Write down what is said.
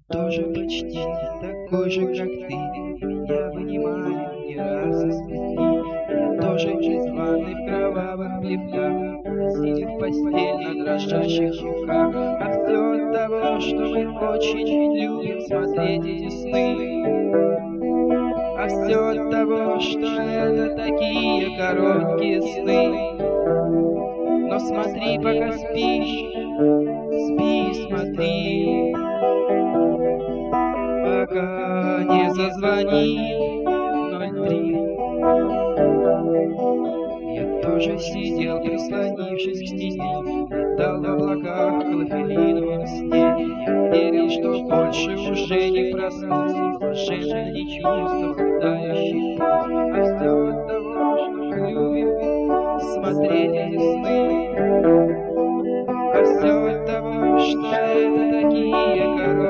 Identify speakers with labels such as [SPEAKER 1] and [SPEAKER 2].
[SPEAKER 1] Тоже почти такой же, как ты. Меня вынимали не раз из петли. Я тоже из ванны в кровавых плевках, сидя в постель на дрожащих руках. А все от того, что мы очень любим смотреть эти сны. А все от того, что это такие короткие сны. Но смотри, пока спишь, спи, смотри, пока не зазвонит 03. Я тоже сидел, прислонившись к стене, летал в облаках в клофелиновом сне. Я верил, что больше уже не проснусь, блаженно не чувствовал тающий путь. А все от того, что мы любим смотреть эти сны. А все от того, что это такие короткие